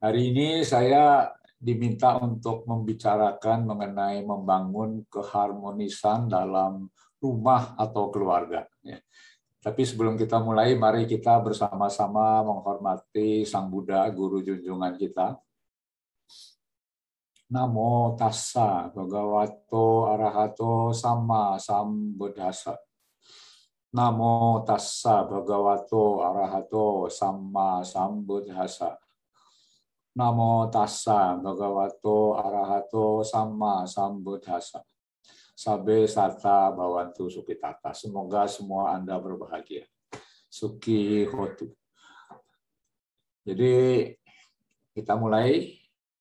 Hari ini saya diminta untuk membicarakan mengenai membangun keharmonisan dalam rumah atau keluarga. Tapi sebelum kita mulai, mari kita bersama-sama menghormati Sang Buddha, Guru junjungan kita. Namo tassa bhagavato arahato samma sambuddhassa. Namo tassa bhagavato arahato samma sambuddhassa. Namo tassa bhagavato arahato samma sambuddhassa. Sabe sarta bhavantu sukhitata. Semoga semua Anda berbahagia. Suki hotu. Jadi kita mulai.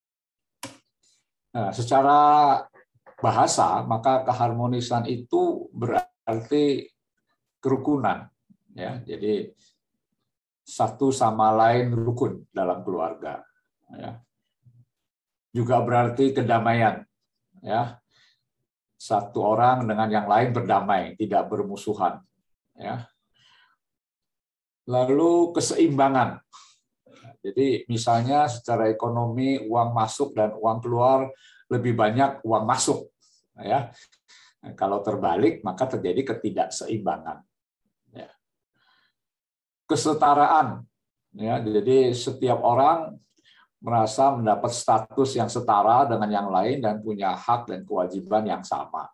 Nah, secara bahasa maka keharmonisan itu berarti kerukunan. Ya, jadi satu sama lain rukun dalam keluarga. Ya. Juga berarti kedamaian. Ya. Satu orang dengan yang lain berdamai, tidak bermusuhan. Ya. Lalu keseimbangan. Jadi misalnya secara ekonomi uang masuk dan uang keluar lebih banyak uang masuk. Ya. Kalau terbalik maka terjadi ketidakseimbangan. Ya. Kesetaraan. Ya, jadi setiap orang merasa mendapat status yang setara dengan yang lain dan punya hak dan kewajiban yang sama.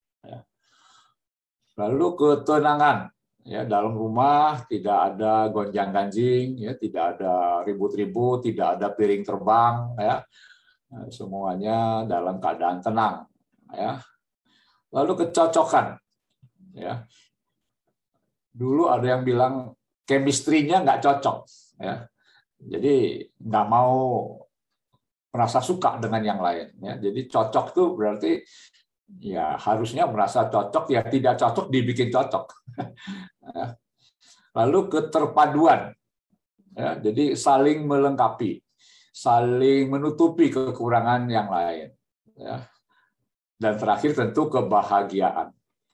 Lalu ketenangan, ya, dalam rumah tidak ada gonjang-ganjing, ya, tidak ada ribut-ribut, tidak ada piring terbang, ya, semuanya dalam keadaan tenang. Ya. Lalu kecocokan, ya. Dulu ada yang bilang chemistry-nya nggak cocok, ya. Jadi nggak mau merasa suka dengan yang lain. Ya. Jadi cocok itu berarti ya harusnya merasa cocok, ya tidak cocok dibikin cocok. Lalu keterpaduan. Ya. Jadi saling melengkapi, saling menutupi kekurangan yang lain. Ya. Dan terakhir tentu kebahagiaan.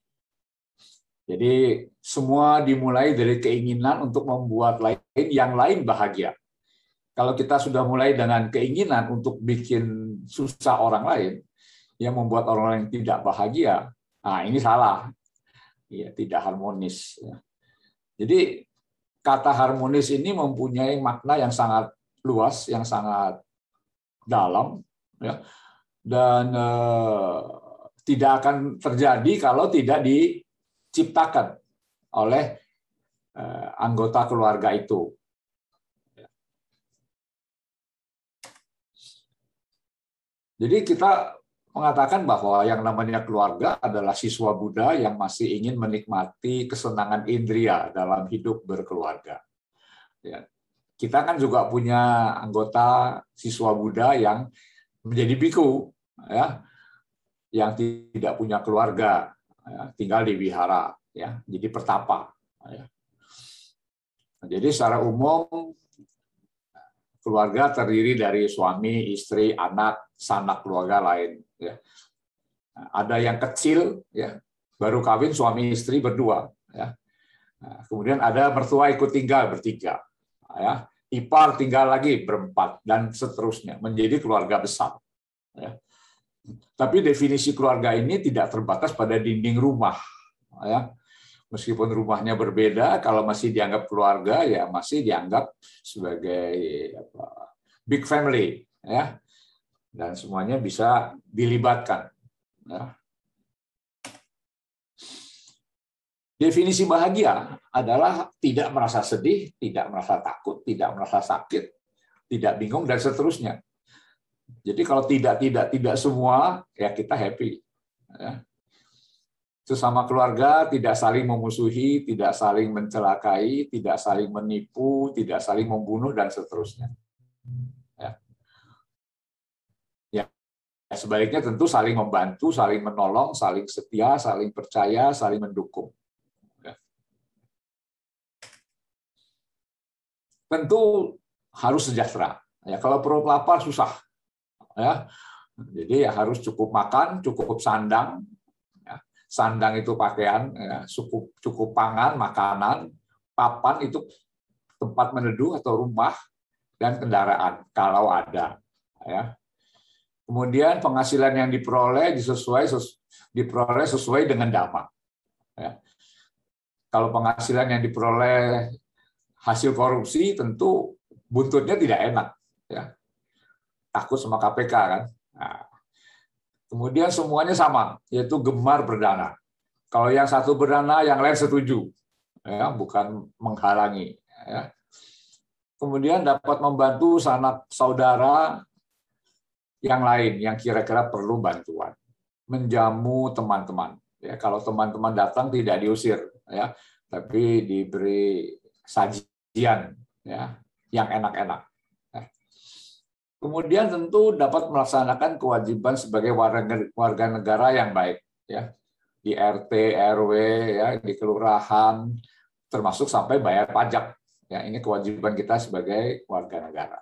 Jadi semua dimulai dari keinginan untuk membuat yang lain bahagia. Kalau kita sudah mulai dengan keinginan untuk bikin susah orang lain, yang membuat orang lain tidak bahagia, nah ini salah, ya, tidak harmonis. Jadi kata harmonis ini mempunyai makna yang sangat luas, yang sangat dalam, ya, dan tidak akan terjadi kalau tidak diciptakan oleh anggota keluarga itu. Jadi kita mengatakan bahwa yang namanya keluarga adalah siswa Buddha yang masih ingin menikmati kesenangan indria dalam hidup berkeluarga. Ya. Kita kan juga punya anggota siswa Buddha yang menjadi biku, ya, yang tidak punya keluarga, ya, tinggal di wihara, ya, jadi pertapa. Ya. Jadi secara umum keluarga terdiri dari suami, istri, anak, sanak keluarga lain. Ya. Ada yang kecil, ya, baru kawin suami istri berdua. Ya. Nah, kemudian ada mertua ikut tinggal bertiga. Ya. Ipar tinggal lagi berempat, dan seterusnya. Menjadi keluarga besar. Ya. Tapi definisi keluarga ini tidak terbatas pada dinding rumah. Ya. Meskipun rumahnya berbeda, kalau masih dianggap keluarga, ya masih dianggap sebagai big family, ya, dan semuanya bisa dilibatkan. Ya. Definisi bahagia adalah tidak merasa sedih, tidak merasa takut, tidak merasa sakit, tidak bingung, dan seterusnya. Jadi kalau tidak semua, ya kita happy. Ya. Sesama keluarga tidak saling memusuhi, tidak saling mencelakai, tidak saling menipu, tidak saling membunuh, dan seterusnya. Ya. Ya. Sebaliknya tentu saling membantu, saling menolong, saling setia, saling percaya, saling mendukung. Ya. Tentu harus sejahtera. Ya, kalau perut lapar susah. Ya. Jadi ya harus cukup makan, cukup sandang. Sandang itu pakaian, ya, cukup pangan, makanan, papan itu tempat meneduh atau rumah, dan kendaraan kalau ada. Ya. Kemudian penghasilan yang diperoleh sesuai dengan dhamma. Ya. Kalau penghasilan yang diperoleh hasil korupsi, tentu buntutnya tidak enak. Ya. Takut sama KPK kan. Nah, kemudian semuanya sama, yaitu gemar berdana. Kalau yang satu berdana, yang lain setuju, ya, bukan menghalangi. Ya. Kemudian dapat membantu sanak saudara yang lain yang kira-kira perlu bantuan, menjamu teman-teman. Ya, kalau teman-teman datang tidak diusir, ya, tapi diberi sajian, ya, yang enak-enak. Ya. Kemudian tentu dapat melaksanakan kewajiban sebagai warga negara yang baik, ya, di RT, RW, ya, di kelurahan, termasuk sampai bayar pajak. Ya, ini kewajiban kita sebagai warga negara.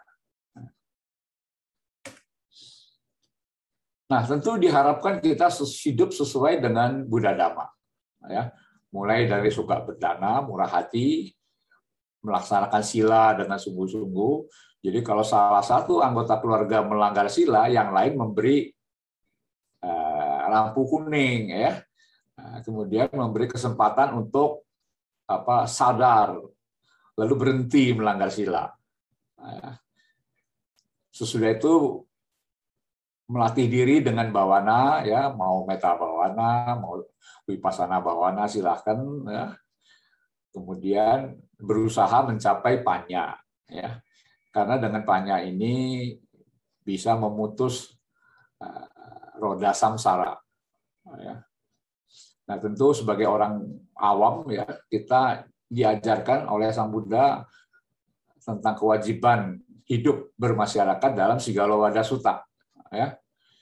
Nah, tentu diharapkan kita hidup sesuai dengan Buddha Dhamma. Ya, mulai dari suka berdana, murah hati, melaksanakan sila dengan sungguh-sungguh. Jadi kalau salah satu anggota keluarga melanggar sila, yang lain memberi lampu kuning, ya. Kemudian memberi kesempatan untuk sadar, lalu berhenti melanggar sila. Sesudah itu melatih diri dengan bawana, ya, mau meta bawana, mau vipassana bawana, silahkan, ya. Kemudian berusaha mencapai panya, ya, karena dengan panya ini bisa memutus roda samsara. Ya. Nah, tentu sebagai orang awam, ya, kita diajarkan oleh Sang Buddha tentang kewajiban hidup bermasyarakat dalam Sigalowada Sutta. Ya.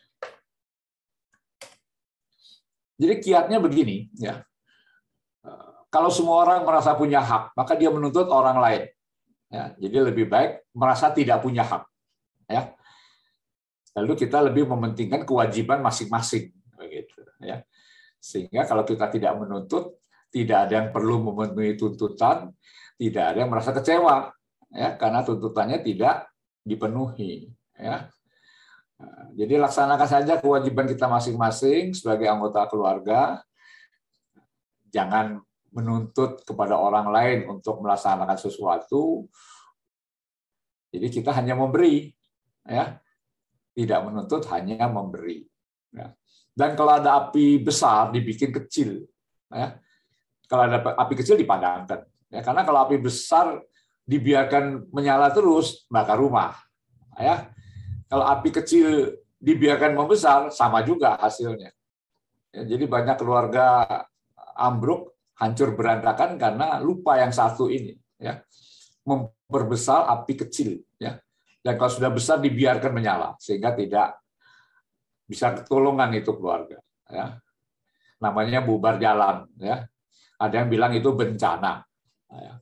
Jadi kiatnya begini, ya. Kalau semua orang merasa punya hak, maka dia menuntut orang lain. Ya, jadi lebih baik merasa tidak punya hak. Ya. Lalu kita lebih mementingkan kewajiban masing-masing, begitu. Ya. Sehingga kalau kita tidak menuntut, tidak ada yang perlu memenuhi tuntutan, tidak ada yang merasa kecewa, ya, karena tuntutannya tidak dipenuhi. Ya. Jadi laksanakan saja kewajiban kita masing-masing sebagai anggota keluarga. Jangan menuntut kepada orang lain untuk melaksanakan sesuatu. Jadi kita hanya memberi, ya, tidak menuntut, hanya memberi. Ya. Dan kalau ada api besar dibikin kecil, ya. Kalau ada api kecil dipadamkan. Ya, karena kalau api besar dibiarkan menyala terus, bakar rumah. Ya. Kalau api kecil dibiarkan membesar, sama juga hasilnya. Ya, jadi banyak keluarga ambruk, hancur berantakan karena lupa yang satu ini, ya, memperbesar api kecil, ya. Dan kalau sudah besar dibiarkan menyala sehingga tidak bisa ketolongan itu keluarga, ya. Namanya bubar jalan, ya. Ada yang bilang itu bencana. Ya.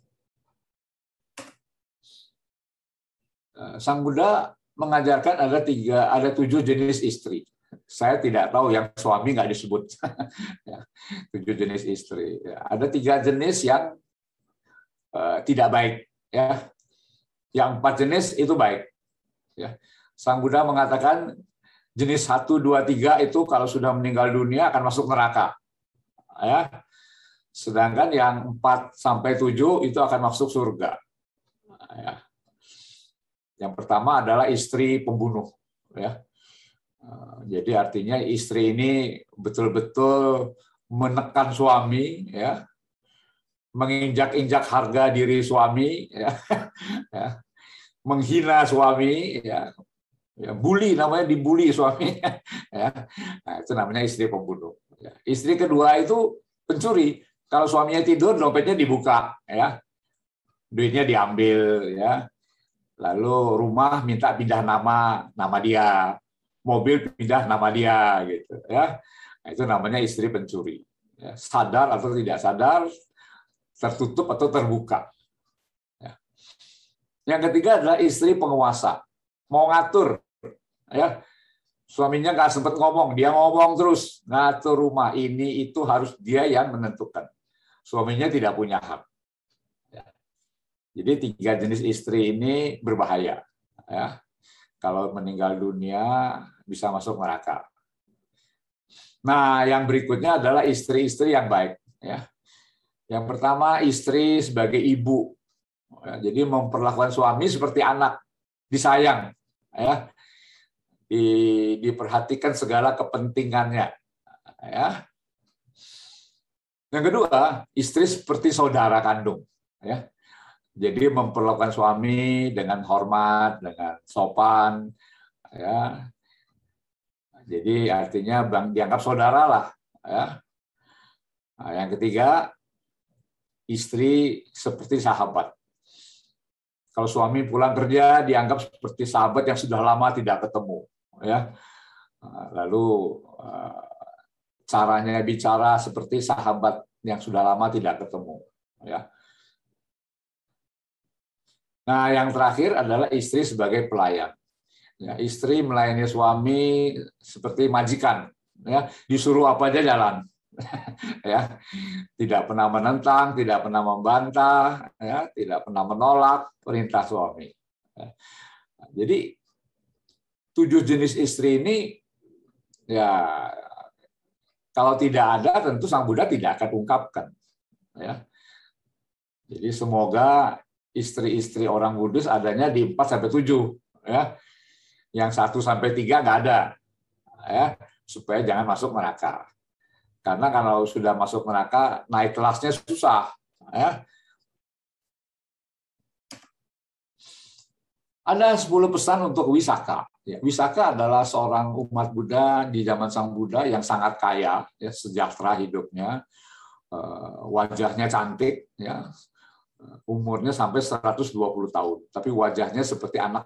Sang Buddha mengajarkan ada 7 jenis istri. Saya tidak tahu yang suami nggak disebut. 7 jenis istri. Ada 3 jenis yang tidak baik. Ya. Yang 4 jenis itu baik. Ya. Sang Buddha mengatakan jenis 1, 2, 3 itu kalau sudah meninggal dunia akan masuk neraka. Ya. Sedangkan yang 4 sampai 7 itu akan masuk surga. Ya. Yang pertama adalah istri pembunuh. Ya. Jadi artinya istri ini betul-betul menekan suami, ya, menginjak-injak harga diri suami, ya, ya, menghina suami, ya, ya, bully, namanya dibully suami, ya. Nah, itu namanya istri pembunuh. Ya. Istri kedua itu pencuri. Kalau suaminya tidur, dompetnya dibuka, ya, duitnya diambil, ya. Lalu rumah minta pindah nama dia. Mobil pindah nama dia, gitu, ya. Nah, itu namanya istri pencuri. Ya, sadar atau tidak sadar, tertutup atau terbuka. Ya. Yang ketiga adalah istri penguasa, mau ngatur, ya. Suaminya nggak sempat ngomong, dia ngomong terus, ngatur rumah ini itu harus dia yang menentukan. Suaminya tidak punya hak. Ya. Jadi 3 jenis istri ini berbahaya. Ya. Kalau meninggal dunia bisa masuk neraka. Nah, yang berikutnya adalah istri-istri yang baik. Ya. Yang pertama, istri sebagai ibu. Ya, jadi memperlakukan suami seperti anak, disayang. Ya. Diperhatikan segala kepentingannya. Ya. Yang kedua, istri seperti saudara kandung. Ya. Jadi memperlakukan suami dengan hormat, dengan sopan, ya. Jadi artinya dianggap saudara lah, ya. Nah, yang ketiga, istri seperti sahabat. Kalau suami pulang kerja dianggap seperti sahabat yang sudah lama tidak ketemu, ya. Lalu caranya bicara seperti sahabat yang sudah lama tidak ketemu, ya. Nah, yang terakhir adalah istri sebagai pelayan. Ya, istri melayani suami seperti majikan, ya, disuruh apa aja jalan, ya, tidak pernah menentang, tidak pernah membantah, ya, tidak pernah menolak perintah suami. Ya. Jadi 7 jenis istri ini, ya, kalau tidak ada tentu Sang Buddha tidak akan ungkapkan. Ya. Jadi semoga istri-istri orang Buddhis adanya di 4-7, ya. Yang 1-3 nggak ada, ya, supaya jangan masuk neraka. Karena kalau sudah masuk neraka, naik kelasnya susah. Ya. Ada 10 pesan untuk Wisaka. Ya, Wisaka adalah seorang umat Buddha di zaman Sang Buddha yang sangat kaya, ya, sejahtera hidupnya, wajahnya cantik, ya. Umurnya sampai 120 tahun, tapi wajahnya seperti anak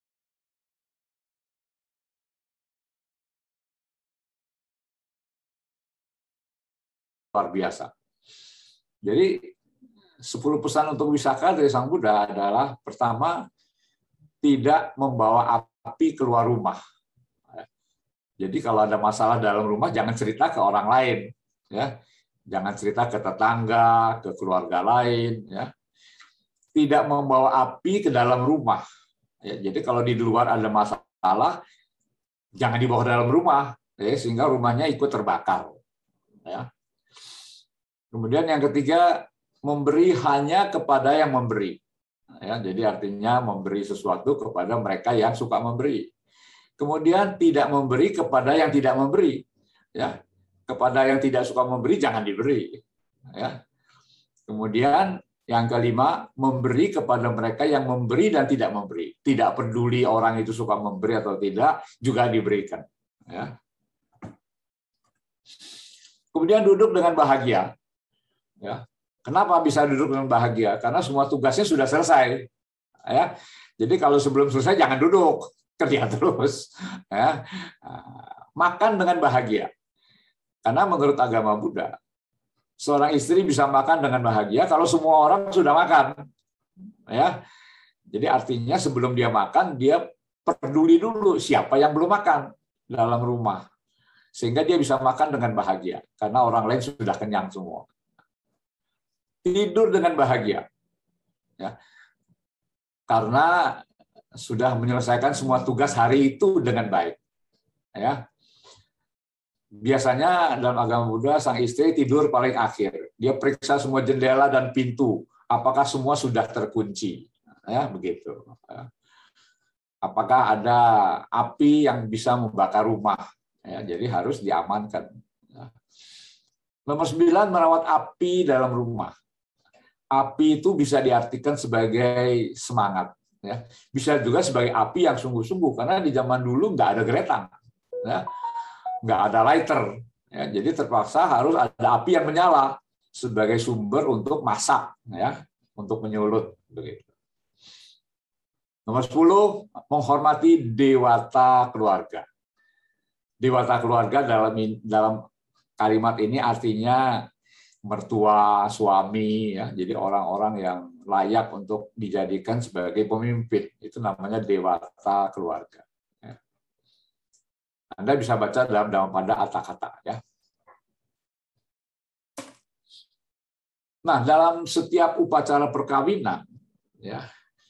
luar biasa. Jadi 10 pesan untuk Wisaka dari Sang Buddha adalah, pertama, tidak membawa api keluar rumah. Jadi kalau ada masalah dalam rumah jangan cerita ke orang lain, ya. Jangan cerita ke tetangga, ke keluarga lain, ya. Tidak membawa api ke dalam rumah. Ya, jadi kalau di luar ada masalah, jangan dibawa ke dalam rumah, ya, sehingga rumahnya ikut terbakar. Ya. Kemudian yang ketiga, memberi hanya kepada yang memberi. Ya, jadi artinya memberi sesuatu kepada mereka yang suka memberi. Kemudian tidak memberi kepada yang tidak memberi. Ya, kepada yang tidak suka memberi jangan diberi. Ya. Kemudian yang kelima, memberi kepada mereka yang memberi dan tidak memberi. Tidak peduli orang itu suka memberi atau tidak, juga diberikan. Ya. Kemudian duduk dengan bahagia. Ya. Kenapa bisa duduk dengan bahagia? Karena semua tugasnya sudah selesai. Ya. Jadi kalau sebelum selesai jangan duduk, kerja terus. Ya. Makan dengan bahagia. Karena menurut agama Buddha, seorang istri bisa makan dengan bahagia kalau semua orang sudah makan. Ya. Jadi artinya sebelum dia makan, dia peduli dulu siapa yang belum makan dalam rumah. Sehingga dia bisa makan dengan bahagia. Karena orang lain sudah kenyang semua. Tidur dengan bahagia. Ya. Karena sudah menyelesaikan semua tugas hari itu dengan baik. Ya. Biasanya dalam agama Buddha, sang istri tidur paling akhir. Dia periksa semua jendela dan pintu. Apakah semua sudah terkunci? Ya, begitu. Apakah ada api yang bisa membakar rumah? Ya, jadi harus diamankan. Nomor 9, merawat api dalam rumah. Api itu bisa diartikan sebagai semangat. Ya. Bisa juga sebagai api yang sungguh-sungguh. Karena di zaman dulu nggak ada geretan. Ya. Nggak ada lighter, ya, jadi terpaksa harus ada api yang menyala sebagai sumber untuk masak, ya, untuk menyulut, begitu. Nomor 10, menghormati dewata keluarga. Dewata keluarga dalam kalimat ini artinya mertua, suami, ya, jadi orang-orang yang layak untuk dijadikan sebagai pemimpin, itu namanya dewata keluarga. Anda bisa baca dalam Dhammapada Atthakatha, ya. Nah, dalam setiap upacara perkawinan, ya,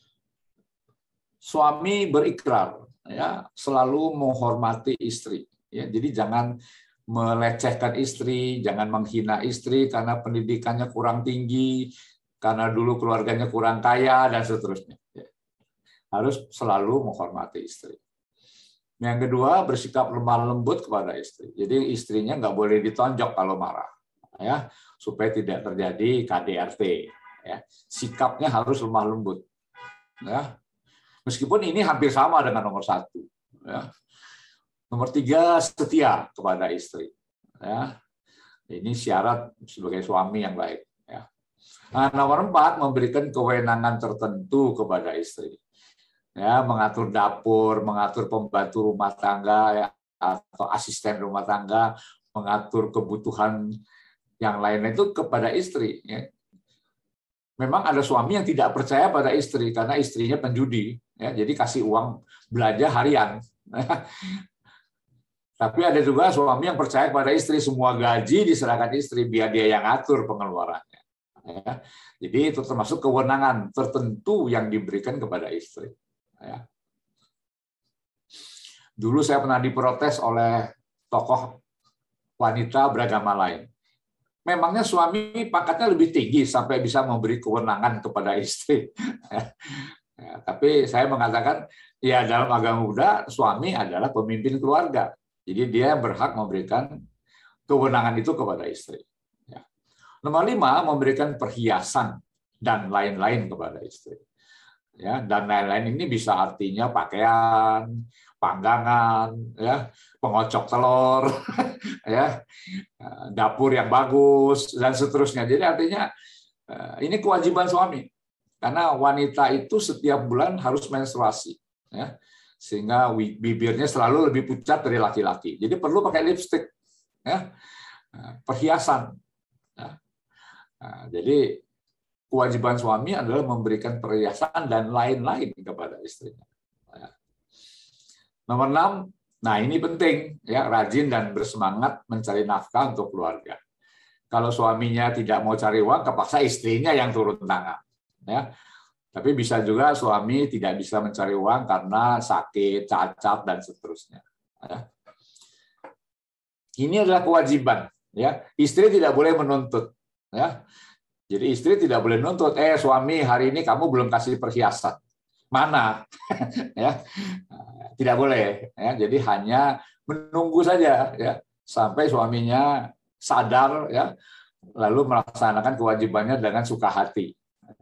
suami berikrar ya selalu menghormati istri. Ya, jadi jangan melecehkan istri, jangan menghina istri karena pendidikannya kurang tinggi, karena dulu keluarganya kurang kaya dan seterusnya. Ya. Harus selalu menghormati istri. Yang kedua, bersikap lemah lembut kepada istri. Jadi istrinya nggak boleh ditonjok kalau marah, ya, supaya tidak terjadi KDRT. Ya. Sikapnya harus lemah lembut. Ya. Meskipun ini hampir sama dengan nomor 1. Ya. Nomor 3, setia kepada istri. Ya. Ini syarat sebagai suami yang baik. Ya. Nah, nomor 4, memberikan kewenangan tertentu kepada istri. Ya, mengatur dapur, mengatur pembantu rumah tangga, ya, atau asisten rumah tangga, mengatur kebutuhan yang lainnya itu kepada istri. Ya. Memang ada suami yang tidak percaya pada istri karena istrinya penjudi, ya, jadi kasih uang belanja harian. Tapi ada juga suami yang percaya pada istri, semua gaji diserahkan istri biar dia yang atur pengeluarannya. Ya. Jadi itu termasuk kewenangan tertentu yang diberikan kepada istri. Ya. Dulu saya pernah diprotes oleh tokoh wanita beragama lain. Memangnya suami pangkatnya lebih tinggi sampai bisa memberi kewenangan kepada istri. Ya, tapi saya mengatakan, ya dalam agama Buddha, suami adalah pemimpin keluarga. Jadi dia berhak memberikan kewenangan itu kepada istri. Ya. Nomor 5, memberikan perhiasan dan lain-lain kepada istri. Ya, dan lain-lain ini bisa artinya pakaian, panggangan, ya, pengocok telur, ya, dapur yang bagus dan seterusnya. Jadi artinya ini kewajiban suami karena wanita itu setiap bulan harus menstruasi, ya, sehingga bibirnya selalu lebih pucat dari laki-laki. Jadi perlu pakai lipstik, ya, perhiasan. Ya. Jadi kewajiban suami adalah memberikan perhiasan dan lain-lain kepada istrinya. Nomor 6, nah ini penting, ya, rajin dan bersemangat mencari nafkah untuk keluarga. Kalau suaminya tidak mau cari uang, kepaksa istrinya yang turun tangan. Ya. Tapi bisa juga suami tidak bisa mencari uang karena sakit, cacat, dan seterusnya. Ya. Ini adalah kewajiban. Ya. Istri tidak boleh menuntut. Ya. Jadi istri tidak boleh nuntut, suami hari ini kamu belum kasih perhiasan. Mana? Ya. Tidak boleh. Ya. Jadi hanya menunggu saja, ya, sampai suaminya sadar, ya, lalu melaksanakan kewajibannya dengan suka hati.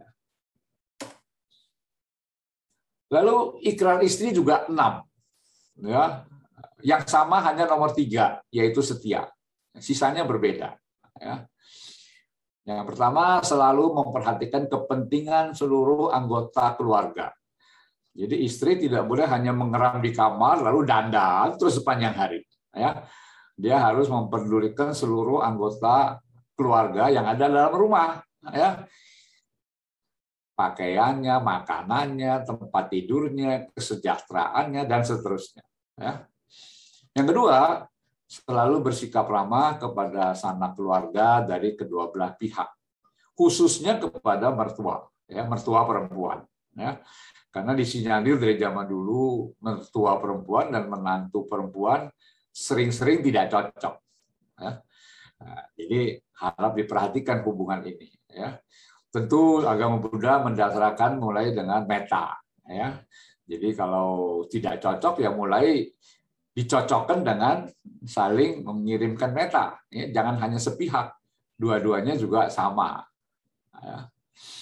Lalu ikrar istri juga 6. Ya. Yang sama hanya nomor 3, yaitu setia. Sisanya berbeda. Ya. Yang pertama, selalu memperhatikan kepentingan seluruh anggota keluarga. Jadi istri tidak boleh hanya mengeram di kamar lalu dandan terus sepanjang hari. Ya, dia harus memperdulikan seluruh anggota keluarga yang ada dalam rumah. Ya, pakaiannya, makanannya, tempat tidurnya, kesejahteraannya, dan seterusnya. Ya. Yang kedua, selalu bersikap ramah kepada sanak keluarga dari kedua belah pihak, khususnya kepada mertua, ya, mertua perempuan, ya, karena disinyalir dari zaman dulu mertua perempuan dan menantu perempuan sering-sering tidak cocok, ya. Nah, jadi harap diperhatikan hubungan ini, ya. Tentu agama Buddha mendasarkan mulai dengan metta, ya. Jadi kalau tidak cocok ya mulai dicocokkan dengan saling mengirimkan metta. Ya, jangan hanya sepihak, dua-duanya juga sama. Ya.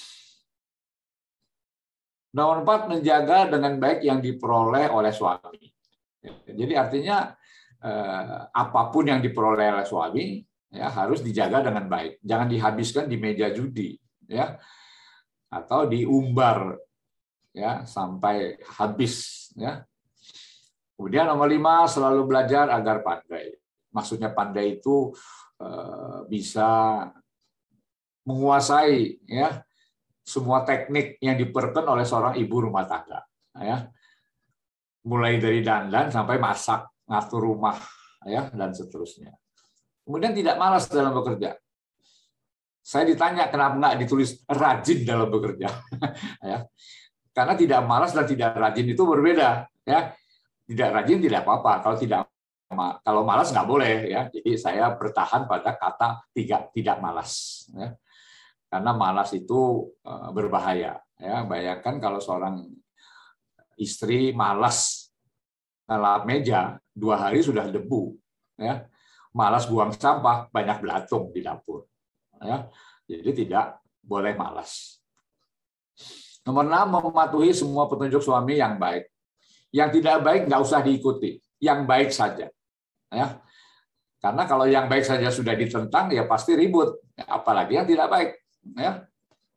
Nomor 4, menjaga dengan baik yang diperoleh oleh suami. Jadi artinya apapun yang diperoleh oleh suami, ya, harus dijaga dengan baik. Jangan dihabiskan di meja judi, ya, atau diumbar, ya, sampai habis. Ya. Kemudian nomor 5, selalu belajar agar pandai. Maksudnya pandai itu bisa menguasai, ya, semua teknik yang diperlukan oleh seorang ibu rumah tangga. Ya. Mulai dari dandan sampai masak, ngatur rumah, ya, dan seterusnya. Kemudian tidak malas dalam bekerja. Saya ditanya kenapa nggak ditulis rajin dalam bekerja, ya. Karena tidak malas dan tidak rajin itu berbeda, ya. Tidak rajin tidak apa-apa, kalau malas nggak boleh, ya. Jadi saya bertahan pada kata tidak malas, ya. Karena malas itu berbahaya, ya. Bayangkan kalau seorang istri malas ngelap meja 2 hari sudah debu, ya. Malas buang sampah banyak belatung di dapur. Ya, jadi tidak boleh malas. Nomor 6, mematuhi semua petunjuk suami yang baik. Yang tidak baik nggak usah diikuti, yang baik saja. Ya, karena kalau yang baik saja sudah ditentang, ya pasti ribut. Apalagi yang tidak baik. Ya.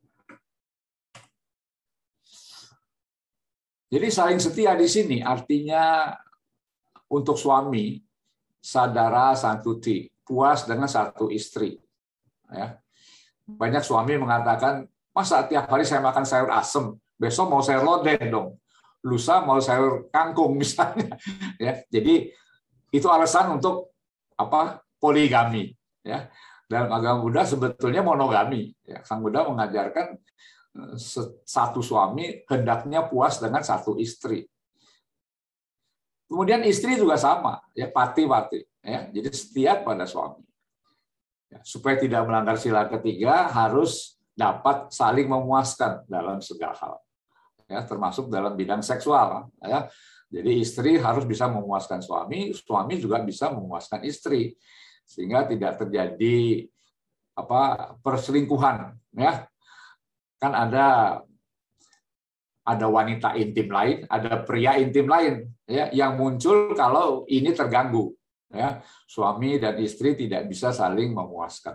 Jadi saling setia di sini artinya untuk suami sadara santuti, puas dengan satu istri. Ya. Banyak suami mengatakan, masa tiap hari saya makan sayur asem, besok mau sayur lodeh dong, lusa mau sayur kangkung misalnya. Ya, jadi itu alasan untuk poligami. Ya. Dalam agama Buddha sebetulnya monogami. Ya. Sang Buddha mengajarkan satu suami hendaknya puas dengan satu istri. Kemudian istri juga sama, ya pati-pati. Ya. Jadi setia pada suami. Supaya tidak melanggar sila ketiga, harus dapat saling memuaskan dalam segala hal, ya, termasuk dalam bidang seksual. Ya. Jadi istri harus bisa memuaskan suami, suami juga bisa memuaskan istri, sehingga tidak terjadi perselingkuhan. Ya. Kan ada wanita intim lain, ada pria intim lain, ya, yang muncul kalau ini terganggu. Ya, suami dan istri tidak bisa saling memuaskan.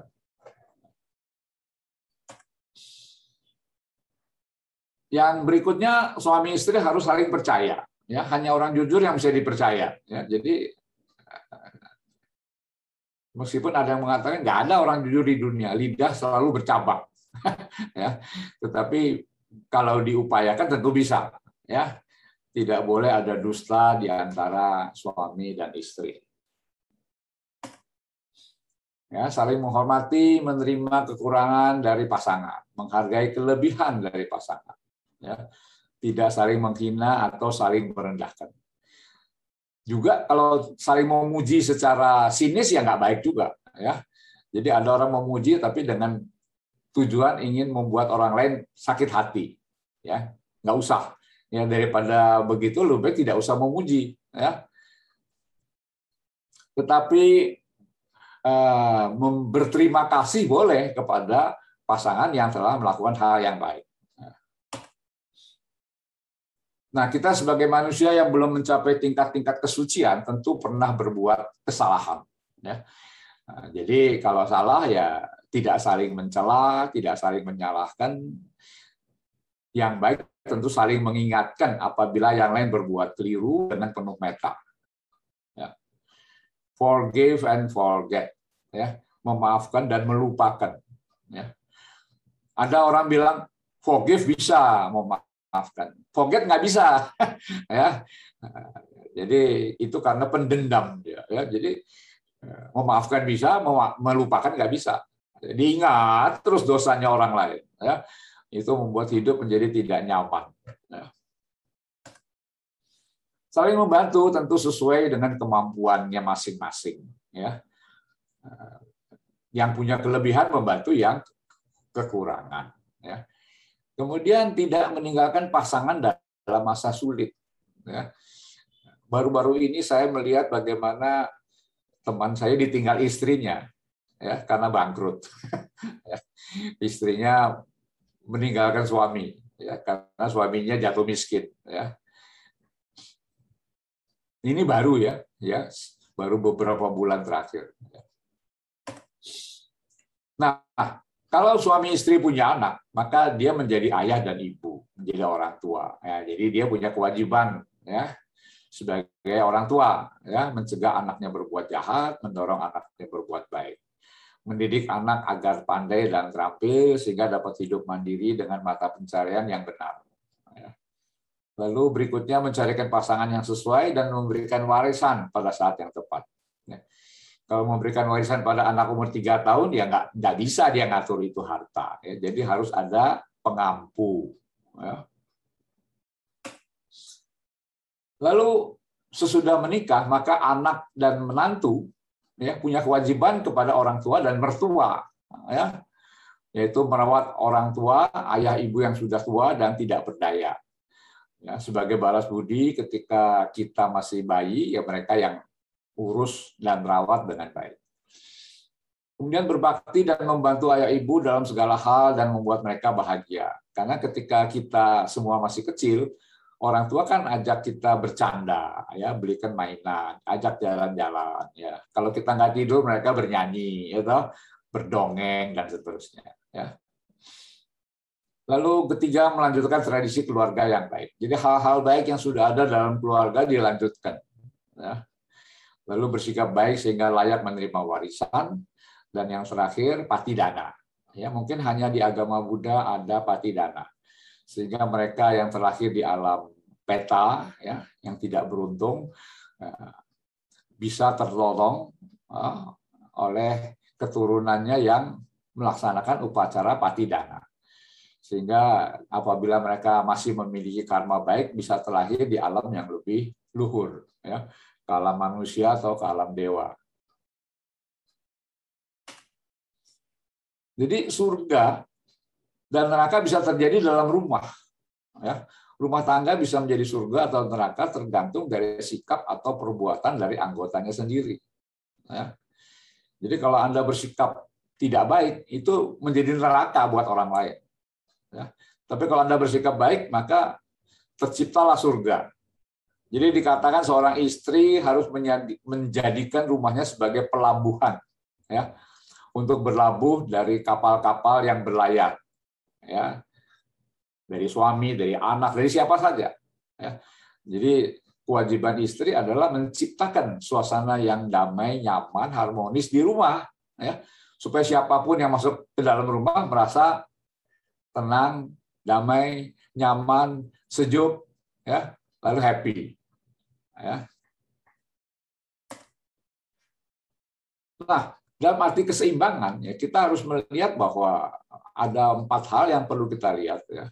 Yang berikutnya, suami istri harus saling percaya. Ya, hanya orang jujur yang bisa dipercaya. Ya, jadi meskipun ada yang mengatakan nggak ada orang jujur di dunia, lidah selalu bercabang. Ya, tetapi kalau diupayakan tentu bisa. Ya, tidak boleh ada dusta di antara suami dan istri. Ya, saling menghormati, menerima kekurangan dari pasangan, menghargai kelebihan dari pasangan. Ya, tidak saling menghina atau saling merendahkan. Juga kalau saling memuji secara sinis ya nggak baik juga. Ya, jadi ada orang memuji tapi dengan tujuan ingin membuat orang lain sakit hati. Ya, nggak usah. Ya, daripada begitu lebih baik tidak usah memuji. Ya, tetapi berterima kasih boleh kepada pasangan yang telah melakukan hal yang baik. Nah, kita sebagai manusia yang belum mencapai tingkat-tingkat kesucian tentu pernah berbuat kesalahan. Ya. Nah, jadi kalau salah ya tidak saling mencela, tidak saling menyalahkan. Yang baik tentu saling mengingatkan apabila yang lain berbuat keliru dengan penuh metta. Ya. Forgive and forget. Ya, memaafkan dan melupakan. Ya. Ada orang bilang forgive bisa memaafkan, forget nggak bisa. Ya, jadi itu karena pendendam dia. Ya, jadi memaafkan bisa, melupakan nggak bisa. Jadi ingat terus dosanya orang lain. Ya, itu membuat hidup menjadi tidak nyaman. Ya. Saling membantu tentu sesuai dengan kemampuannya masing-masing. Ya. Yang punya kelebihan membantu yang kekurangan. Ya. Kemudian tidak meninggalkan pasangan dalam masa sulit. Ya. Baru-baru ini saya melihat bagaimana teman saya ditinggal istrinya, ya, karena bangkrut. Ya. Istrinya meninggalkan suami, ya, karena suaminya jatuh miskin. Ya. Ini baru ya, baru beberapa bulan terakhir. Nah, kalau suami istri punya anak, maka dia menjadi ayah dan ibu, menjadi orang tua. Ya, jadi dia punya kewajiban, ya, sebagai orang tua, ya, mencegah anaknya berbuat jahat, mendorong anaknya berbuat baik, mendidik anak agar pandai dan terampil sehingga dapat hidup mandiri dengan mata pencarian yang benar. Ya. Lalu berikutnya mencarikan pasangan yang sesuai dan memberikan warisan pada saat yang tepat. Ya. Kalau memberikan warisan pada anak umur 3 tahun, ya nggak bisa dia ngatur itu harta. Ya. Jadi harus ada pengampu. Ya. Lalu sesudah menikah, maka anak dan menantu ya punya kewajiban kepada orang tua dan mertua, ya, yaitu merawat orang tua, ayah ibu yang sudah tua dan tidak berdaya. Ya, sebagai balas budi ketika kita masih bayi, ya mereka yang urus dan rawat dengan baik. Kemudian berbakti dan membantu ayah ibu dalam segala hal dan membuat mereka bahagia. Karena ketika kita semua masih kecil, orang tua kan ajak kita bercanda, ya, belikan mainan, ajak jalan-jalan. Ya. Kalau kita nggak tidur, mereka bernyanyi, ya, berdongeng dan seterusnya. Ya. Lalu ketiga, melanjutkan tradisi keluarga yang baik. Jadi hal-hal baik yang sudah ada dalam keluarga dilanjutkan. Ya. Lalu bersikap baik sehingga layak menerima warisan. Dan yang terakhir, patidana. Ya, mungkin hanya di agama Buddha ada patidana. Sehingga mereka yang terlahir di alam peta, ya, yang tidak beruntung, bisa tertolong oleh keturunannya yang melaksanakan upacara patidana. Sehingga apabila mereka masih memiliki karma baik, bisa terlahir di alam yang lebih luhur, ya, ke alam manusia atau ke alam dewa. Jadi surga dan neraka bisa terjadi dalam rumah. Ya. Rumah tangga bisa menjadi surga atau neraka tergantung dari sikap atau perbuatan dari anggotanya sendiri. Ya. Jadi kalau Anda bersikap tidak baik, itu menjadi neraka buat orang lain. Ya. Tapi kalau Anda bersikap baik, maka terciptalah surga. Jadi dikatakan seorang istri harus menjadikan rumahnya sebagai pelabuhan, ya, untuk berlabuh dari kapal-kapal yang berlayar, ya, dari suami, dari anak, dari siapa saja. Ya. Jadi kewajiban istri adalah menciptakan suasana yang damai, nyaman, harmonis di rumah, ya, supaya siapapun yang masuk ke dalam rumah merasa tenang, damai, nyaman, sejuk, ya, lalu happy. Ya. Nah, dalam arti keseimbangan, ya, kita harus melihat bahwa ada 4 hal yang perlu kita lihat. Ya.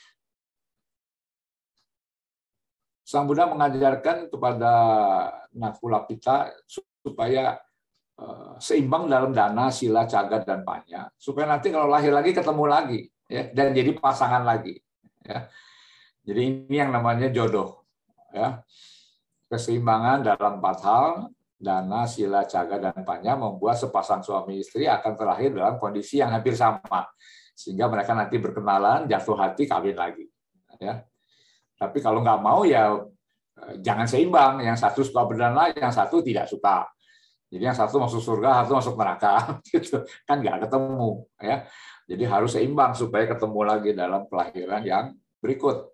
Sang Buddha mengajarkan kepada Nakulapita supaya seimbang dalam dana, sila, caga, dan panya, supaya nanti kalau lahir lagi ketemu lagi, ya, dan jadi pasangan lagi. Ya. Jadi ini yang namanya jodoh. Ya. Keseimbangan dalam 4 hal, dana, sila, caga, dan panya membuat sepasang suami istri akan terlahir dalam kondisi yang hampir sama, sehingga mereka nanti berkenalan, jatuh hati, kawin lagi. Ya. Tapi kalau nggak mau ya jangan seimbang, yang satu suka berdana, yang satu tidak suka. Jadi yang satu masuk surga, satu masuk neraka, gitu kan nggak ketemu. Ya. Jadi harus seimbang supaya ketemu lagi dalam kelahiran yang berikut.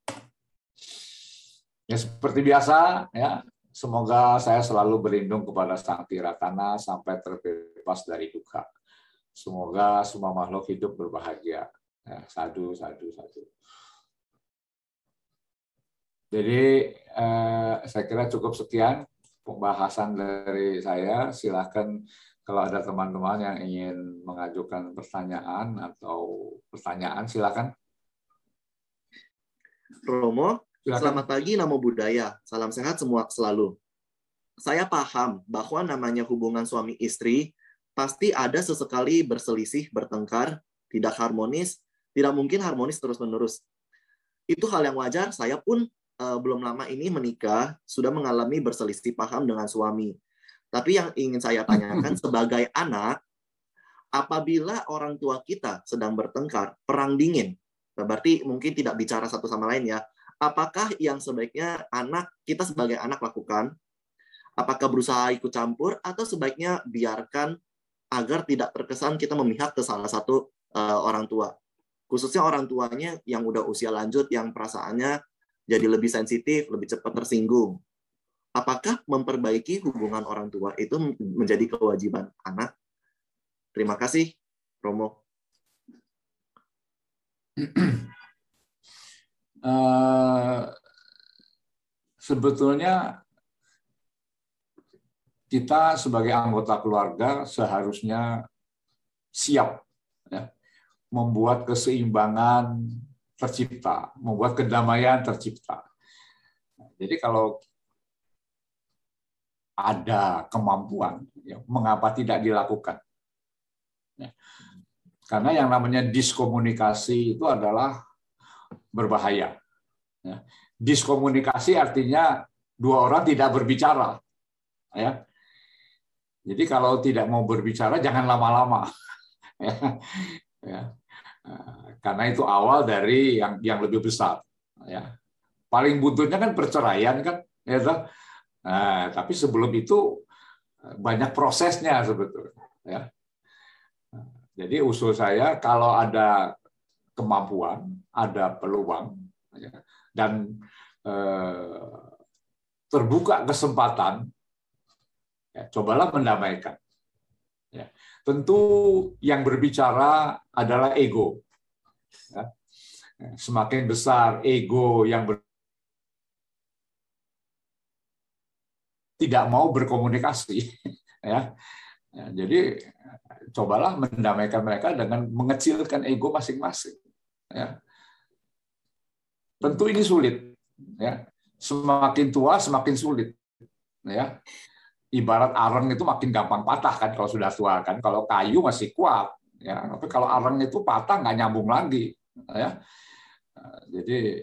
Ya seperti biasa, ya. Semoga saya selalu berlindung kepada Sang Tiratana sampai terbebas dari duka. Semoga semua makhluk hidup berbahagia. Ya, sadu, sadu, sadu. Jadi saya kira cukup sekian pembahasan dari saya. Silakan kalau ada teman-teman yang ingin mengajukan pertanyaan atau pertanyaan, silakan. Romo, Silakan. Selamat pagi, Namo Buddhaya. Salam sehat semua selalu. Saya paham bahwa namanya hubungan suami istri pasti ada sesekali berselisih, bertengkar, tidak harmonis, tidak mungkin harmonis terus-menerus. Itu hal yang wajar, saya pun belum lama ini menikah, sudah mengalami berselisih paham dengan suami. Tapi yang ingin saya tanyakan sebagai anak, apabila orang tua kita sedang bertengkar, perang dingin, berarti mungkin tidak bicara satu sama lain ya, apakah yang sebaiknya kita sebagai anak lakukan? Apakah berusaha ikut campur atau sebaiknya biarkan agar tidak terkesan kita memihak ke salah satu orang tua? Khususnya orang tuanya yang udah usia lanjut, yang perasaannya jadi lebih sensitif, lebih cepat tersinggung. Apakah memperbaiki hubungan orang tua itu menjadi kewajiban anak? Terima kasih, Romo. Sebetulnya kita sebagai anggota keluarga seharusnya siap ya, membuat keseimbangan tercipta, membuat kedamaian tercipta. Jadi kalau ada kemampuan, ya, mengapa tidak dilakukan? Ya. Karena yang namanya diskomunikasi itu adalah berbahaya. Ya. Diskomunikasi artinya dua orang tidak berbicara. Ya. Jadi kalau tidak mau berbicara, jangan lama-lama. Ya. Ya. Karena itu awal dari yang lebih besar. Ya. Paling buntutnya kan perceraian kan, ya. Nah, tapi sebelum itu banyak prosesnya sebetulnya. Ya. Jadi usul saya kalau ada kemampuan, ada peluang, ya, dan terbuka kesempatan, ya, cobalah mendamaikan. Ya. Tentu yang berbicara adalah ego. Ya. Semakin besar ego yang tidak mau berkomunikasi, ya. Ya, jadi cobalah mendamaikan mereka dengan mengecilkan ego masing-masing. Ya. Tentu ini sulit. Ya. Semakin tua semakin sulit. Ya. Ibarat areng itu makin gampang patah kan kalau sudah tua kan. Kalau kayu masih kuat. Ya. Tapi kalau areng itu patah nggak nyambung lagi. Ya. Jadi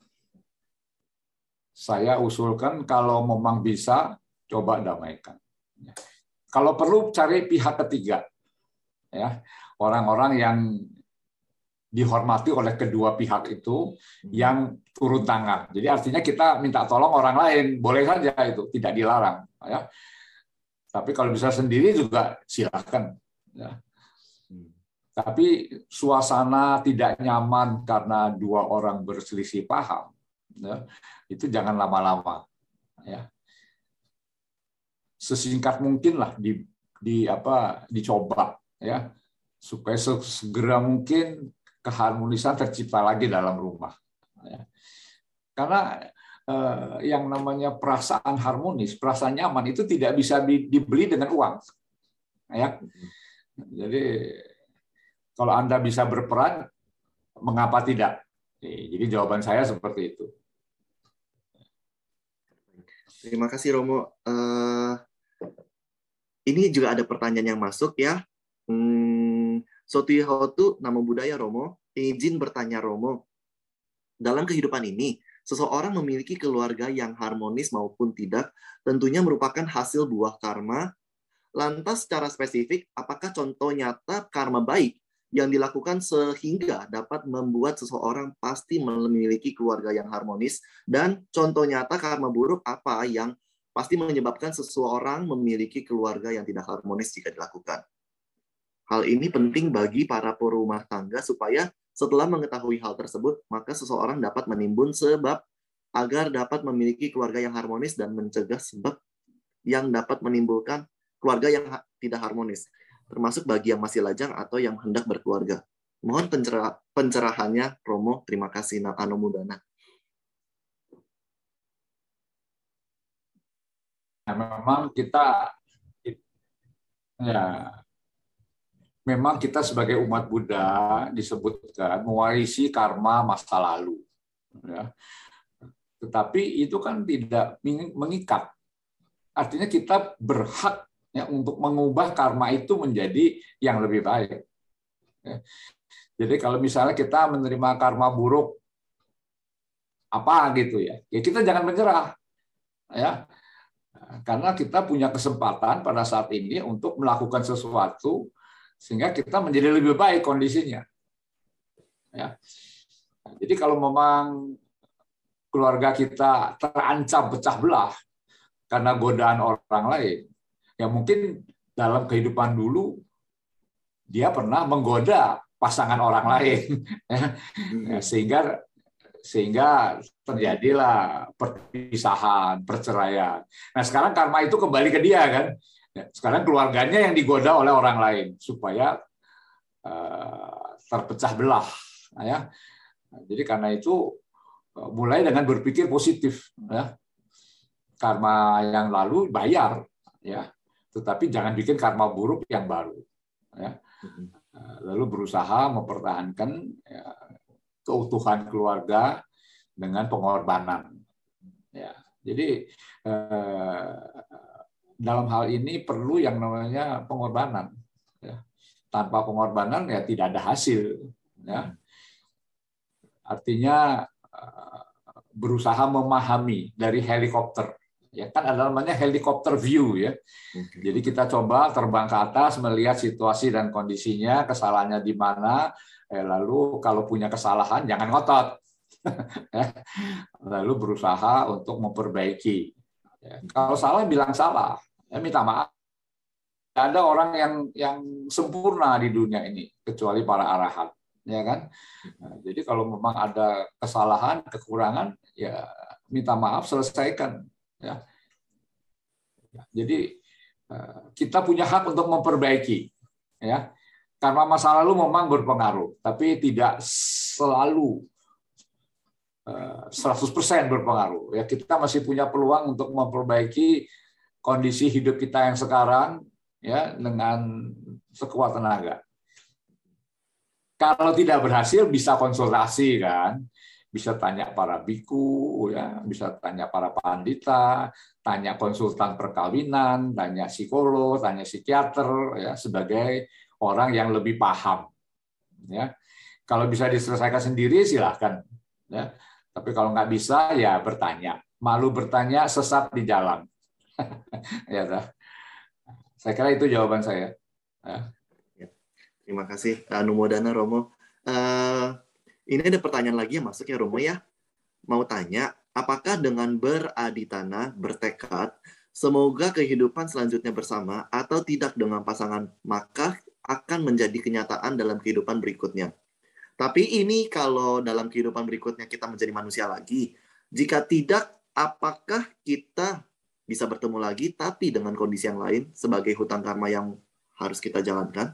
saya usulkan kalau memang bisa coba damaikan. Ya. Kalau perlu cari pihak ketiga. Ya. Orang-orang yang dihormati oleh kedua pihak itu yang turun tangan. Jadi artinya kita minta tolong orang lain, boleh saja itu, tidak dilarang. Ya. Tapi kalau bisa sendiri juga silakan. Ya. Tapi suasana tidak nyaman karena dua orang berselisih paham, ya, itu jangan lama-lama. Ya. Sesingkat mungkin lah dicoba, ya, supaya segera mungkin keharmonisan tercipta lagi dalam rumah. Ya. Karena yang namanya perasaan harmonis, perasaan nyaman itu tidak bisa dibeli dengan uang. Ya. Jadi kalau Anda bisa berperan, mengapa tidak? Jadi jawaban saya seperti itu. Terima kasih Romo. Ini juga ada pertanyaan yang masuk ya. Sotihotu, nama budaya Romo, izin bertanya Romo. Dalam kehidupan ini, seseorang memiliki keluarga yang harmonis maupun tidak, tentunya merupakan hasil buah karma. Lantas secara spesifik, apakah contoh nyata karma baik yang dilakukan sehingga dapat membuat seseorang pasti memiliki keluarga yang harmonis, dan contoh nyata karma buruk apa yang pasti menyebabkan seseorang memiliki keluarga yang tidak harmonis jika dilakukan. Hal ini penting bagi para perumah tangga supaya setelah mengetahui hal tersebut, maka seseorang dapat menimbun sebab agar dapat memiliki keluarga yang harmonis dan mencegah sebab yang dapat menimbulkan keluarga yang tidak harmonis, termasuk bagi yang masih lajang atau yang hendak berkeluarga. Mohon pencerahannya, Romo. Terima kasih, Ano Mudana. Nah, memang kita sebagai umat Buddha disebutkan mewarisi karma masa lalu. Ya. Tetapi itu kan tidak mengikat. Artinya kita berhak ya, untuk mengubah karma itu menjadi yang lebih baik. Ya. Jadi kalau misalnya kita menerima karma buruk apa gitu ya, kita jangan menyerah, ya, karena kita punya kesempatan pada saat ini untuk melakukan sesuatu sehingga kita menjadi lebih baik kondisinya. Ya. Jadi kalau memang keluarga kita terancam pecah belah karena godaan orang lain, ya mungkin dalam kehidupan dulu dia pernah menggoda pasangan orang lain, ya, sehingga terjadilah perpisahan, perceraian. Nah sekarang karma itu kembali ke dia kan. Sekarang keluarganya yang digoda oleh orang lain supaya terpecah belah. Ya. Jadi karena itu mulai dengan berpikir positif. Ya. Karma yang lalu bayar. ya, tetapi jangan bikin karma buruk yang baru, ya. Lalu berusaha mempertahankan ya, keutuhan keluarga dengan pengorbanan. Ya, jadi dalam hal ini perlu yang namanya pengorbanan. Ya. Tanpa pengorbanan ya tidak ada hasil. Ya. Artinya berusaha memahami dari helikopter. Ya kan ada namanya helikopter view ya. Jadi kita coba terbang ke atas melihat situasi dan kondisinya, kesalahannya di mana. Lalu kalau punya kesalahan jangan ngotot. Lalu berusaha untuk memperbaiki. Ya, kalau salah bilang salah, ya minta maaf. Tidak ada orang yang sempurna di dunia ini kecuali para arahat, ya kan? Nah, jadi kalau memang ada kesalahan, kekurangan, ya minta maaf, selesaikan. Ya. Jadi kita punya hak untuk memperbaiki, ya. Karena masa lalu memang berpengaruh, tapi tidak selalu 100% berpengaruh. Ya, kita masih punya peluang untuk memperbaiki kondisi hidup kita yang sekarang, ya, dengan sekuat tenaga. Kalau tidak berhasil bisa konsultasi kan, bisa tanya para biku, ya, bisa tanya para pandita, tanya konsultan perkawinan, tanya psikolog, tanya psikiater, ya, sebagai orang yang lebih paham. Ya, kalau bisa diselesaikan sendiri silahkan. Ya. Tapi kalau nggak bisa ya bertanya. Malu bertanya, sesat di jalan. Ya, saya kira itu jawaban saya. Ya. Terima kasih, Numodana Romo. Ini ada pertanyaan lagi yang masuk ya, Romo ya. Mau tanya, apakah dengan beraditana, bertekad, semoga kehidupan selanjutnya bersama atau tidak dengan pasangan, maka akan menjadi kenyataan dalam kehidupan berikutnya. Tapi ini kalau dalam kehidupan berikutnya kita menjadi manusia lagi. Jika tidak, apakah kita bisa bertemu lagi, tapi dengan kondisi yang lain, sebagai hutang karma yang harus kita jalankan?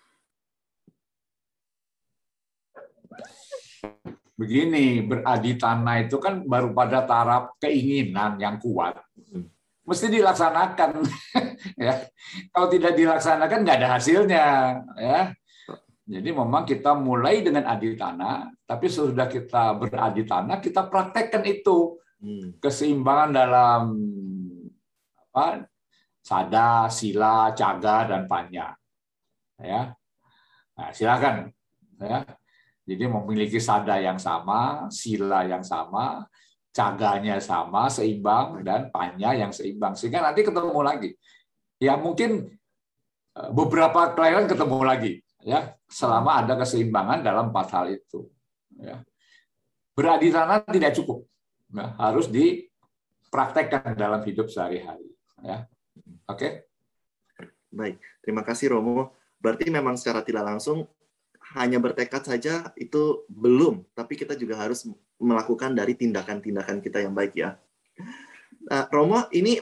Begini, beraditana itu kan baru pada taraf keinginan yang kuat. Mesti dilaksanakan. Ya. Kalau tidak dilaksanakan nggak ada hasilnya. Ya. Jadi memang kita mulai dengan aditana, tapi sudah kita beraditana, kita praktekkan itu. Keseimbangan dalam apa, sada, sila, caga, dan panya. Ya. Nah, silakan. Ya. Jadi memiliki sada yang sama, sila yang sama, caganya sama, seimbang, dan panya yang seimbang. Sehingga nanti ketemu lagi. Ya mungkin beberapa kelahiran ketemu lagi. Ya, selama ada keseimbangan dalam 4 hal itu. Ya. Beraditana tidak cukup. Ya, harus dipraktekkan dalam hidup sehari-hari. Ya. Oke? Baik, terima kasih Romo. Berarti memang secara tidak langsung hanya bertekad saja itu belum, tapi kita juga harus melakukan dari tindakan-tindakan kita yang baik ya. Romo, ini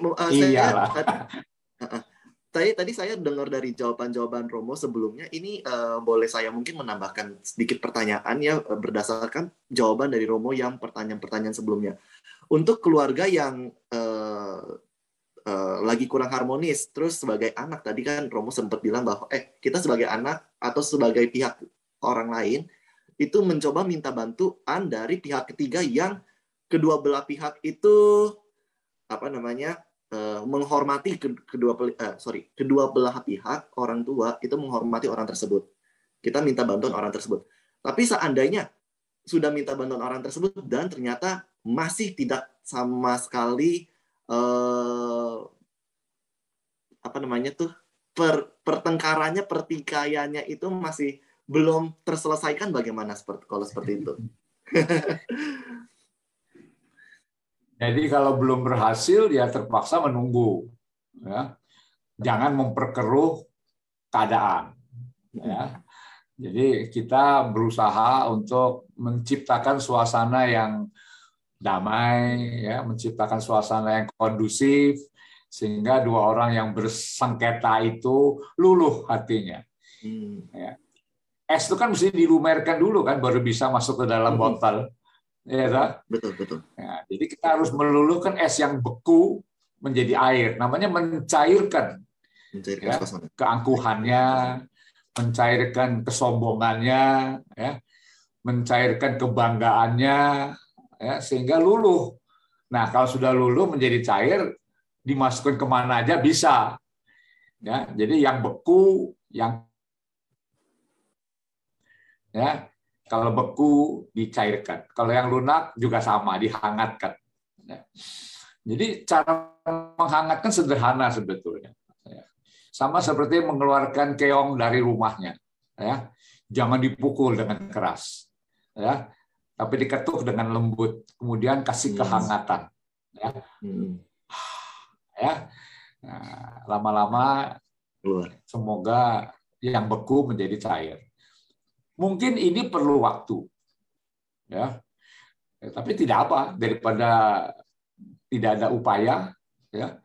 tadi saya dengar dari jawaban-jawaban Romo sebelumnya, ini boleh saya mungkin menambahkan sedikit pertanyaan ya berdasarkan jawaban dari Romo yang pertanyaan-pertanyaan sebelumnya. Untuk keluarga yang lagi kurang harmonis, terus sebagai anak tadi kan Romo sempat bilang bahwa kita sebagai anak atau sebagai pihak orang lain itu mencoba minta bantuan dari pihak ketiga yang kedua belah pihak itu menghormati kedua belah pihak, orang tua itu menghormati orang tersebut. Kita minta bantuan orang tersebut. Tapi seandainya sudah minta bantuan orang tersebut dan ternyata masih tidak sama sekali pertengkarannya, pertikaiannya itu masih belum terselesaikan, bagaimana kalau seperti itu? Jadi kalau belum berhasil, ya terpaksa menunggu. Ya. Jangan memperkeruh keadaan. Ya. Jadi kita berusaha untuk menciptakan suasana yang damai, ya, menciptakan suasana yang kondusif, sehingga dua orang yang bersengketa itu luluh hatinya. Ya. Es itu kan mesti dilumerkan dulu kan, baru bisa masuk ke dalam botol. Ya, betul. Ya, jadi kita harus meluluhkan es yang beku, menjadi air. Namanya mencairkan, ya, keangkuhannya, mencairkan kesombongannya, ya, mencairkan kebanggaannya, ya, sehingga luluh. Nah, kalau sudah luluh menjadi cair, dimasukkan kemana aja bisa. Ya, jadi yang beku, ya, kalau beku dicairkan, kalau yang lunak juga sama, dihangatkan. Ya. Jadi cara menghangatkan sederhana sebetulnya. Ya. Sama seperti mengeluarkan keong dari rumahnya. Ya. Jangan dipukul dengan keras. Ya. Tapi diketuk dengan lembut. Kemudian kasih kehangatan. Ya. Ya. Nah, lama-lama semoga yang beku menjadi cair. Mungkin ini perlu waktu, ya, tapi tidak apa, daripada tidak ada upaya, ya.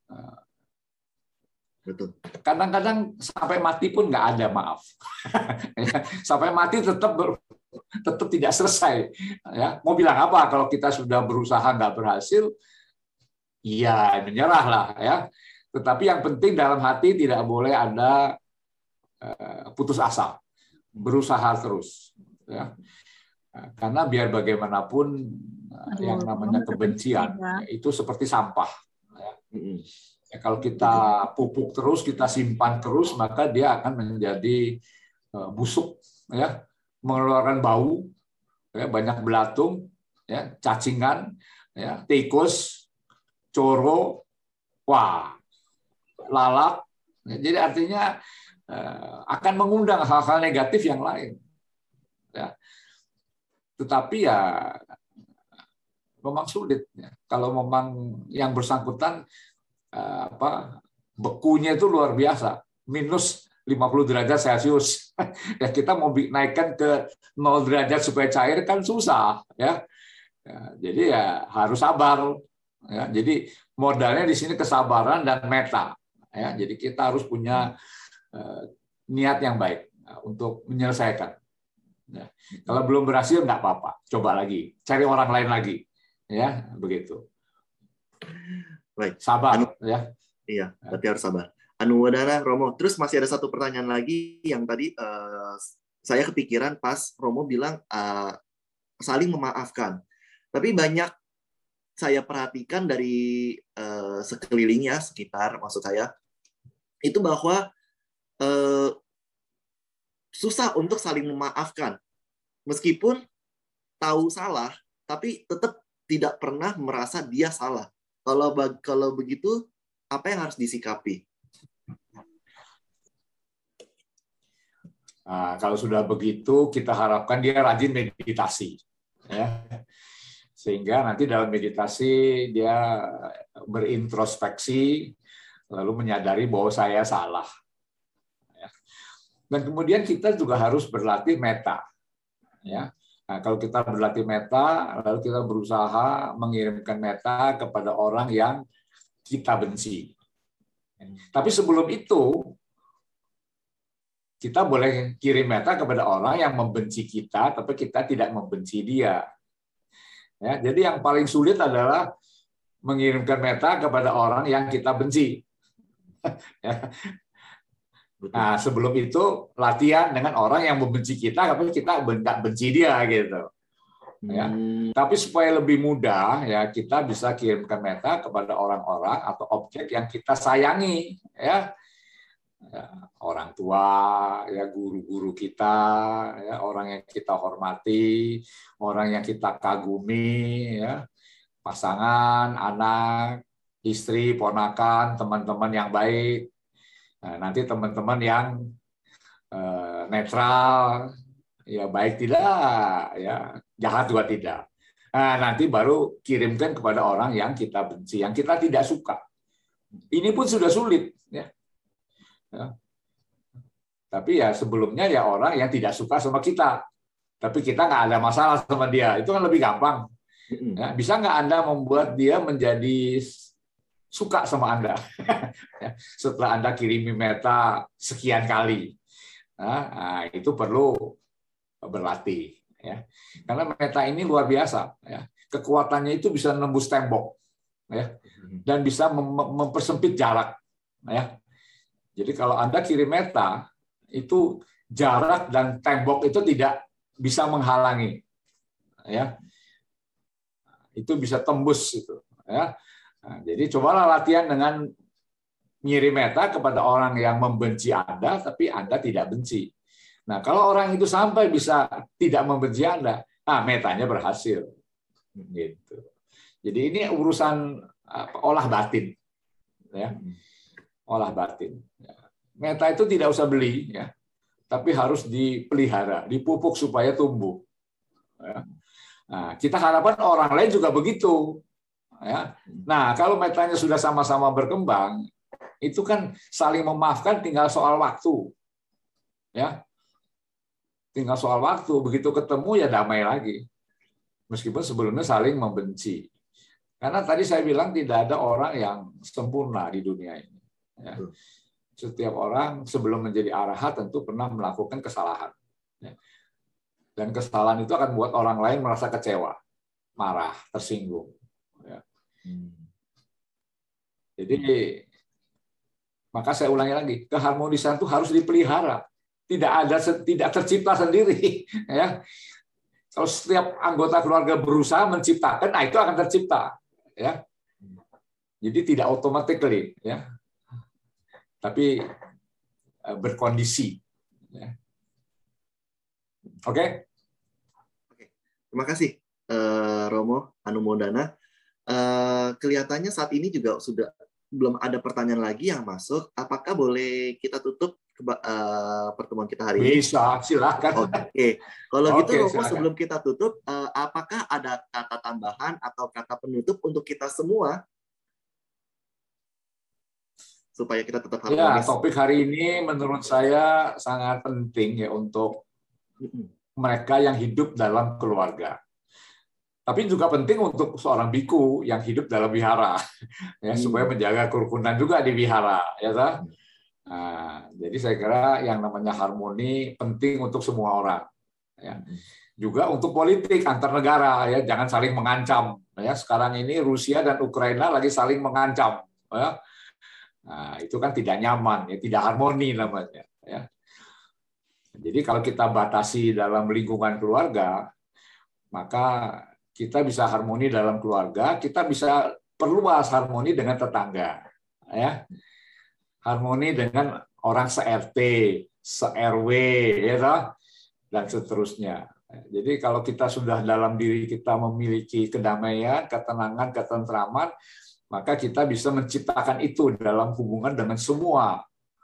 Betul. Kadang-kadang sampai mati pun nggak ada, maaf. Sampai mati tetap tidak selesai. Ya, mau bilang apa kalau kita sudah berusaha nggak berhasil? Ya menyerahlah, ya. Tetapi yang penting dalam hati tidak boleh ada putus asa, berusaha terus, ya. Karena biar bagaimanapun yang namanya kebencian itu seperti sampah, ya. Ya, kalau kita pupuk terus, kita simpan terus, maka dia akan menjadi busuk, ya, mengeluarkan bau, ya, banyak belatung, ya, cacingan, ya, tikus, coro, wah, lalat. Jadi artinya akan mengundang hal-hal negatif yang lain. Ya. Tetapi ya memang sulit. Ya. Kalau memang yang bersangkutan bekunya itu luar biasa, minus 50 derajat Celcius. Ya, kita mau naikkan ke 0 derajat supaya cair kan susah. Ya. Ya, jadi ya harus sabar. Ya, jadi modalnya di sini kesabaran dan meta. Ya, jadi kita harus punya niat yang baik untuk menyelesaikan. Ya. Kalau belum berhasil nggak apa-apa, coba lagi, cari orang lain lagi, ya begitu. Baik. Sabar, ya. Iya, berarti harus sabar. Wadana, Romo. Terus masih ada satu pertanyaan lagi yang tadi saya kepikiran pas Romo bilang saling memaafkan. Tapi banyak saya perhatikan dari sekelilingnya, sekitar, maksud saya, itu bahwa susah untuk saling memaafkan. Meskipun tahu salah, tapi tetap tidak pernah merasa dia salah. Kalau begitu, apa yang harus disikapi? Nah, kalau sudah begitu, kita harapkan dia rajin meditasi. Ya. Sehingga nanti dalam meditasi dia berintrospeksi, lalu menyadari bahwa saya salah. Dan kemudian kita juga harus berlatih meta. Ya. Nah, kalau kita berlatih meta, lalu kita berusaha mengirimkan meta kepada orang yang kita benci. Tapi sebelum itu, kita boleh kirim meta kepada orang yang membenci kita, tapi kita tidak membenci dia. Ya, jadi yang paling sulit adalah mengirimkan meta kepada orang yang kita benci. Ya. Nah, sebelum itu latihan dengan orang yang membenci kita, tapi kita nggak benci dia gitu. Ya. Tapi supaya lebih mudah, ya kita bisa kirimkan meta kepada orang-orang atau objek yang kita sayangi, ya. Ya, orang tua, ya guru-guru kita, ya orang yang kita hormati, orang yang kita kagumi, ya pasangan, anak, istri, ponakan, teman-teman yang baik. Nah, nanti teman-teman yang netral, ya baik tidak, ya jahat juga tidak. Nah, nanti baru kirimkan kepada orang yang kita benci, yang kita tidak suka. Ini pun sudah sulit, ya. Ya. Tapi ya sebelumnya ya orang yang tidak suka sama kita, tapi kita nggak ada masalah sama dia, itu kan lebih gampang. Ya, bisa nggak Anda membuat dia menjadi suka sama Anda setelah Anda kirimi meta sekian kali? Nah, itu perlu berlatih, ya. Karena meta ini luar biasa, ya. Kekuatannya itu bisa nembus tembok, ya, dan bisa mempersempit jarak, ya. Jadi kalau Anda kirim meta, itu jarak dan tembok itu tidak bisa menghalangi, ya. Itu bisa tembus itu, ya. Nah, jadi cobalah latihan dengan ngirim meta kepada orang yang membenci Anda, tapi Anda tidak benci. Nah, kalau orang itu sampai bisa tidak membenci Anda, metanya berhasil. Gitu. Jadi ini urusan olah batin, ya, olah batin. Meta itu tidak usah beli, ya, tapi harus dipelihara, dipupuk supaya tumbuh. Ya. Nah, kita harapkan orang lain juga begitu. Ya. Nah, kalau metanya sudah sama-sama berkembang, itu kan saling memaafkan, tinggal soal waktu, ya, tinggal soal waktu. Begitu ketemu ya damai lagi. Meskipun sebelumnya saling membenci. Karena tadi saya bilang tidak ada orang yang sempurna di dunia ini. Ya. Setiap orang sebelum menjadi arahat tentu pernah melakukan kesalahan. Ya. Dan kesalahan itu akan membuat orang lain merasa kecewa, marah, tersinggung. Ya. Jadi, maka saya ulangi lagi, keharmonisan itu harus dipelihara. Tidak tercipta sendiri. Ya. Kalau setiap anggota keluarga berusaha menciptakan, itu akan tercipta, ya. Jadi tidak automatically, ya, tapi berkondisi. Ya. Oke. Terima kasih, Romo Hanumodana. Kelihatannya saat ini juga sudah belum ada pertanyaan lagi yang masuk. Apakah boleh kita tutup pertemuan kita hari ini? Bisa, silakan. Oke. Kalau gitu, Romo, silakan. sebelum kita tutup, apakah ada kata tambahan atau kata penutup untuk kita semua supaya kita tetap harmonis? Ya, topik hari ini menurut saya sangat penting ya untuk mereka yang hidup dalam keluarga. Tapi juga penting untuk seorang biku yang hidup dalam wihara, ya, supaya menjaga kerukunan juga di wihara, ya toh? Nah, jadi saya kira yang namanya harmoni penting untuk semua orang. Ya. Juga untuk politik antar negara, ya, jangan saling mengancam. Ya. Sekarang ini Rusia dan Ukraina lagi saling mengancam. Ya. Nah, itu kan tidak nyaman, ya, tidak harmoni namanya. Ya. Jadi kalau kita batasi dalam lingkungan keluarga, maka kita bisa harmoni dalam keluarga, kita bisa perluas harmoni dengan tetangga. Ya. Harmoni dengan orang se-RT, se-RW, ya, dan seterusnya. Jadi kalau kita sudah dalam diri kita memiliki kedamaian, ketenangan, ketentraman, maka kita bisa menciptakan itu dalam hubungan dengan semua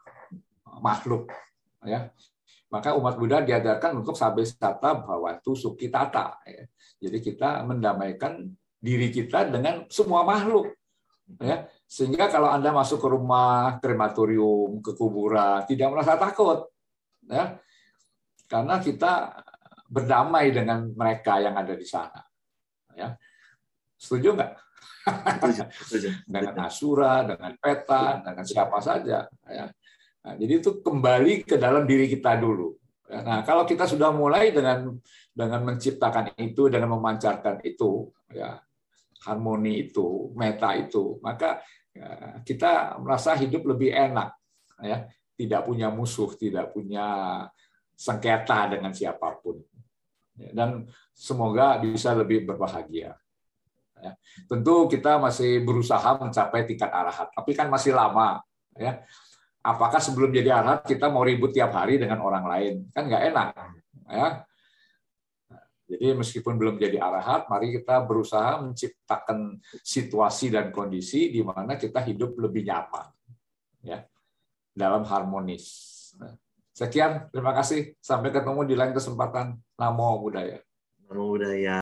makhluk. Ya. Maka umat Buddha diajarkan untuk sabesata bhawatu sukhitata. Jadi kita mendamaikan diri kita dengan semua makhluk. Ya. Sehingga kalau Anda masuk ke rumah, krematorium, ke kuburan, tidak merasa takut. Ya. Karena kita berdamai dengan mereka yang ada di sana. Ya. Setuju nggak? Setuju. Dengan Asura, dengan Peta, dengan siapa saja. Ya. Nah, jadi itu kembali ke dalam diri kita dulu. Nah, kalau kita sudah mulai dengan menciptakan itu, dengan memancarkan itu, ya, harmoni itu, meta itu, maka ya, kita merasa hidup lebih enak, ya, tidak punya musuh, tidak punya sengketa dengan siapapun, dan semoga bisa lebih berbahagia. Ya. Tentu kita masih berusaha mencapai tingkat arahat, tapi kan masih lama, ya. Apakah sebelum jadi arahat kita mau ribut tiap hari dengan orang lain? Kan nggak enak. Ya. Jadi meskipun belum jadi arahat, mari kita berusaha menciptakan situasi dan kondisi di mana kita hidup lebih nyaman, ya, dalam harmonis. Sekian, terima kasih. Sampai ketemu di lain kesempatan. Namo Buddhaya. Namo Buddhaya.